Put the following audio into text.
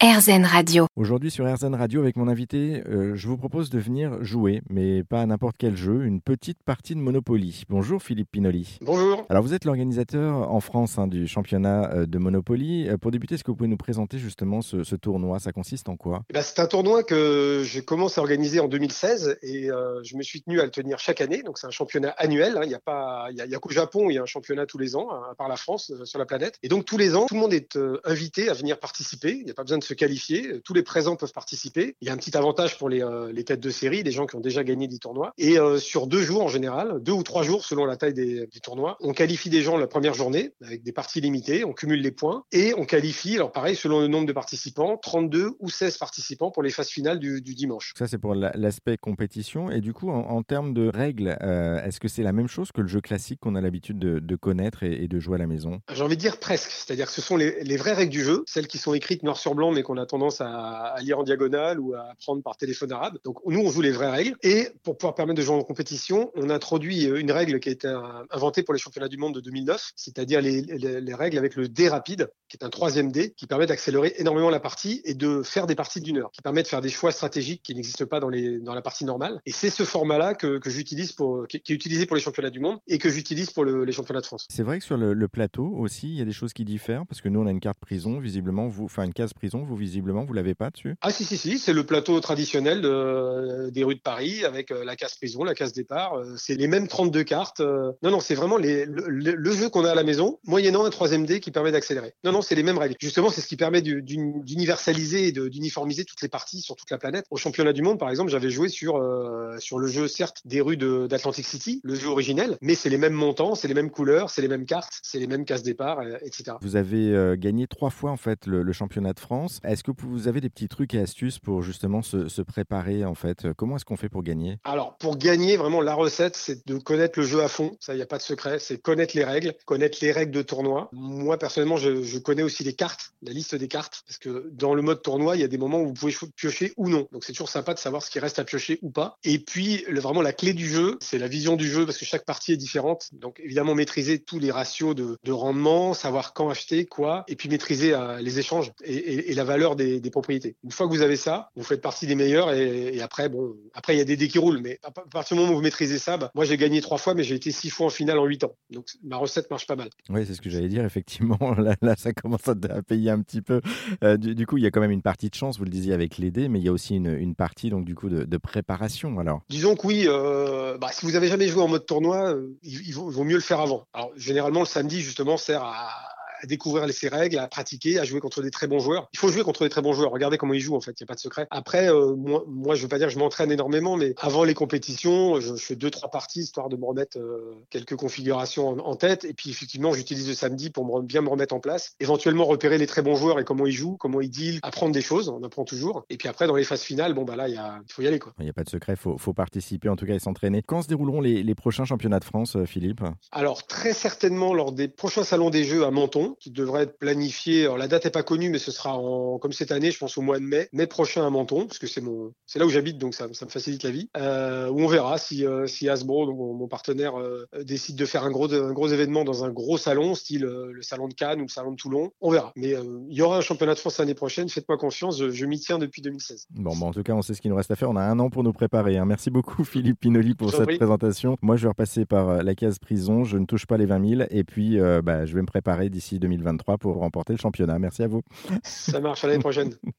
RZN Radio. Aujourd'hui sur RZN Radio avec mon invité, je vous propose de venir jouer, mais pas à n'importe quel jeu, une petite partie de Monopoly. Bonjour Philippe Pinoli. Bonjour. Alors vous êtes l'organisateur en France du championnat de Monopoly. Pour débuter, est-ce que vous pouvez nous présenter justement ce tournoi? Ça consiste en quoi? C'est un tournoi que je commence à organiser en 2016 et je me suis tenu à le tenir chaque année. Donc c'est un championnat annuel. Il y a qu'au Japon, il y a un championnat tous les ans, à part la France, sur la planète. Et donc tous les ans, tout le monde est invité à venir participer. Il n'y a pas besoin de se qualifier. Tous les présents peuvent participer. Il y a un petit avantage pour les têtes de série, des gens qui ont déjà gagné des tournois. Et sur 2 jours en général, 2 ou 3 jours selon la taille des tournois, on qualifie des gens la première journée avec des parties limitées. On cumule les points et on qualifie, alors pareil, selon le nombre de participants, 32 ou 16 participants pour les phases finales du dimanche. Ça, c'est pour l'aspect compétition. Et du coup, en termes de règles, est-ce que c'est la même chose que le jeu classique qu'on a l'habitude de connaître et de jouer à la maison? J'ai envie de dire presque. C'est-à-dire que ce sont les vraies règles du jeu, celles qui sont écrites noir sur blanc, mais qu'on a tendance à lire en diagonale ou à prendre par téléphone arabe. Donc nous, on joue les vraies règles. Et pour pouvoir permettre de jouer en compétition, on introduit une règle qui a été inventée pour les championnats du monde de 2009, c'est-à-dire les règles avec le dé rapide, qui est un 3e dé, qui permet d'accélérer énormément la partie et de faire des parties d'1 heure, qui permet de faire des choix stratégiques qui n'existent pas dans la partie normale. Et c'est ce format-là que j'utilise qui est utilisé pour les championnats du monde et que j'utilise pour les championnats de France. C'est vrai que sur le plateau aussi, il y a des choses qui diffèrent, parce que nous, on a une carte prison, visiblement, une case prison, vous, visiblement, vous l'avez pas dessus? Ah si, c'est le plateau traditionnel des rues de Paris, avec la case prison, la case départ. C'est les mêmes 32 cartes. Non, c'est vraiment le jeu qu'on a à la maison, moyennant un 3e dé qui permet d'accélérer. Non, c'est les mêmes règles. Justement, c'est ce qui permet d'universaliser et d'uniformiser toutes les parties sur toute la planète. Au championnat du monde, par exemple, j'avais joué sur le jeu, certes, des rues d'Atlantic City, le jeu originel, mais c'est les mêmes montants, c'est les mêmes couleurs, c'est les mêmes cartes, c'est les mêmes cases départ, etc. Vous avez gagné 3 fois en fait le championnat de France. Est-ce que vous avez des petits trucs et astuces pour justement se préparer en fait? Comment est-ce qu'on fait pour gagner? Alors pour gagner, vraiment la recette, c'est de connaître le jeu à fond. Ça, il n'y a pas de secret. C'est connaître les règles de tournoi. Moi personnellement, je connais aussi les cartes, la liste des cartes, parce que dans le mode tournoi, il y a des moments où vous pouvez piocher ou non. Donc c'est toujours sympa de savoir ce qui reste à piocher ou pas. Et puis vraiment la clé du jeu, c'est la vision du jeu, parce que chaque partie est différente. Donc évidemment maîtriser tous les ratios de rendement, savoir quand acheter quoi, et puis maîtriser les échanges et la valeur des propriétés. Une fois que vous avez ça, vous faites partie des meilleurs et après il y a des dés qui roulent, mais à partir du moment où vous maîtrisez ça, moi j'ai gagné 3 fois, mais j'ai été 6 fois en finale en 8 ans. Donc ma recette marche pas mal. Oui, c'est ce que j'allais dire, effectivement. Là, ça commence à payer un petit peu. Du coup, il y a quand même une partie de chance, vous le disiez, avec les dés, mais il y a aussi une partie donc du coup de préparation alors. Disons que oui, si vous avez jamais joué en mode tournoi, il vaut mieux le faire avant. Alors généralement le samedi justement sert à découvrir ces règles, à pratiquer, à jouer contre des très bons joueurs. Il faut jouer contre des très bons joueurs. Regardez comment ils jouent, en fait. Il n'y a pas de secret. Après, moi, je veux pas dire que je m'entraîne énormément, mais avant les compétitions, je fais 2-3 parties, histoire de me remettre quelques configurations en tête. Et puis, effectivement, j'utilise le samedi pour bien me remettre en place. Éventuellement, repérer les très bons joueurs et comment ils jouent, comment ils dealent, apprendre des choses. On apprend toujours. Et puis après, dans les phases finales, là, il faut y aller, quoi. Il n'y a pas de secret. Faut participer, en tout cas, et s'entraîner. Quand se dérouleront les prochains championnats de France, Philippe? Alors, très certainement lors des prochains salons des Jeux à Menton, qui devrait être planifié. Alors la date n'est pas connue, mais ce sera comme cette année, je pense au mois de mai prochain à Menton, parce que c'est là où j'habite, donc ça me facilite la vie. Où on verra si Hasbro, donc mon partenaire, décide de faire un gros événement dans un gros salon, style le salon de Cannes ou le salon de Toulon. On verra. Mais il y aura un championnat de France l'année prochaine. Faites-moi confiance, je m'y tiens depuis 2016. Bon, en tout cas, on sait ce qu'il nous reste à faire. On a 1 an pour nous préparer. Merci beaucoup, Philippe Pinoli, pour cette présentation. Moi, je vais repasser par la case prison. Je ne touche pas les 20 000. Et puis, je vais me préparer d'ici 2023 pour remporter le championnat. Merci à vous. Ça marche, à l'année prochaine.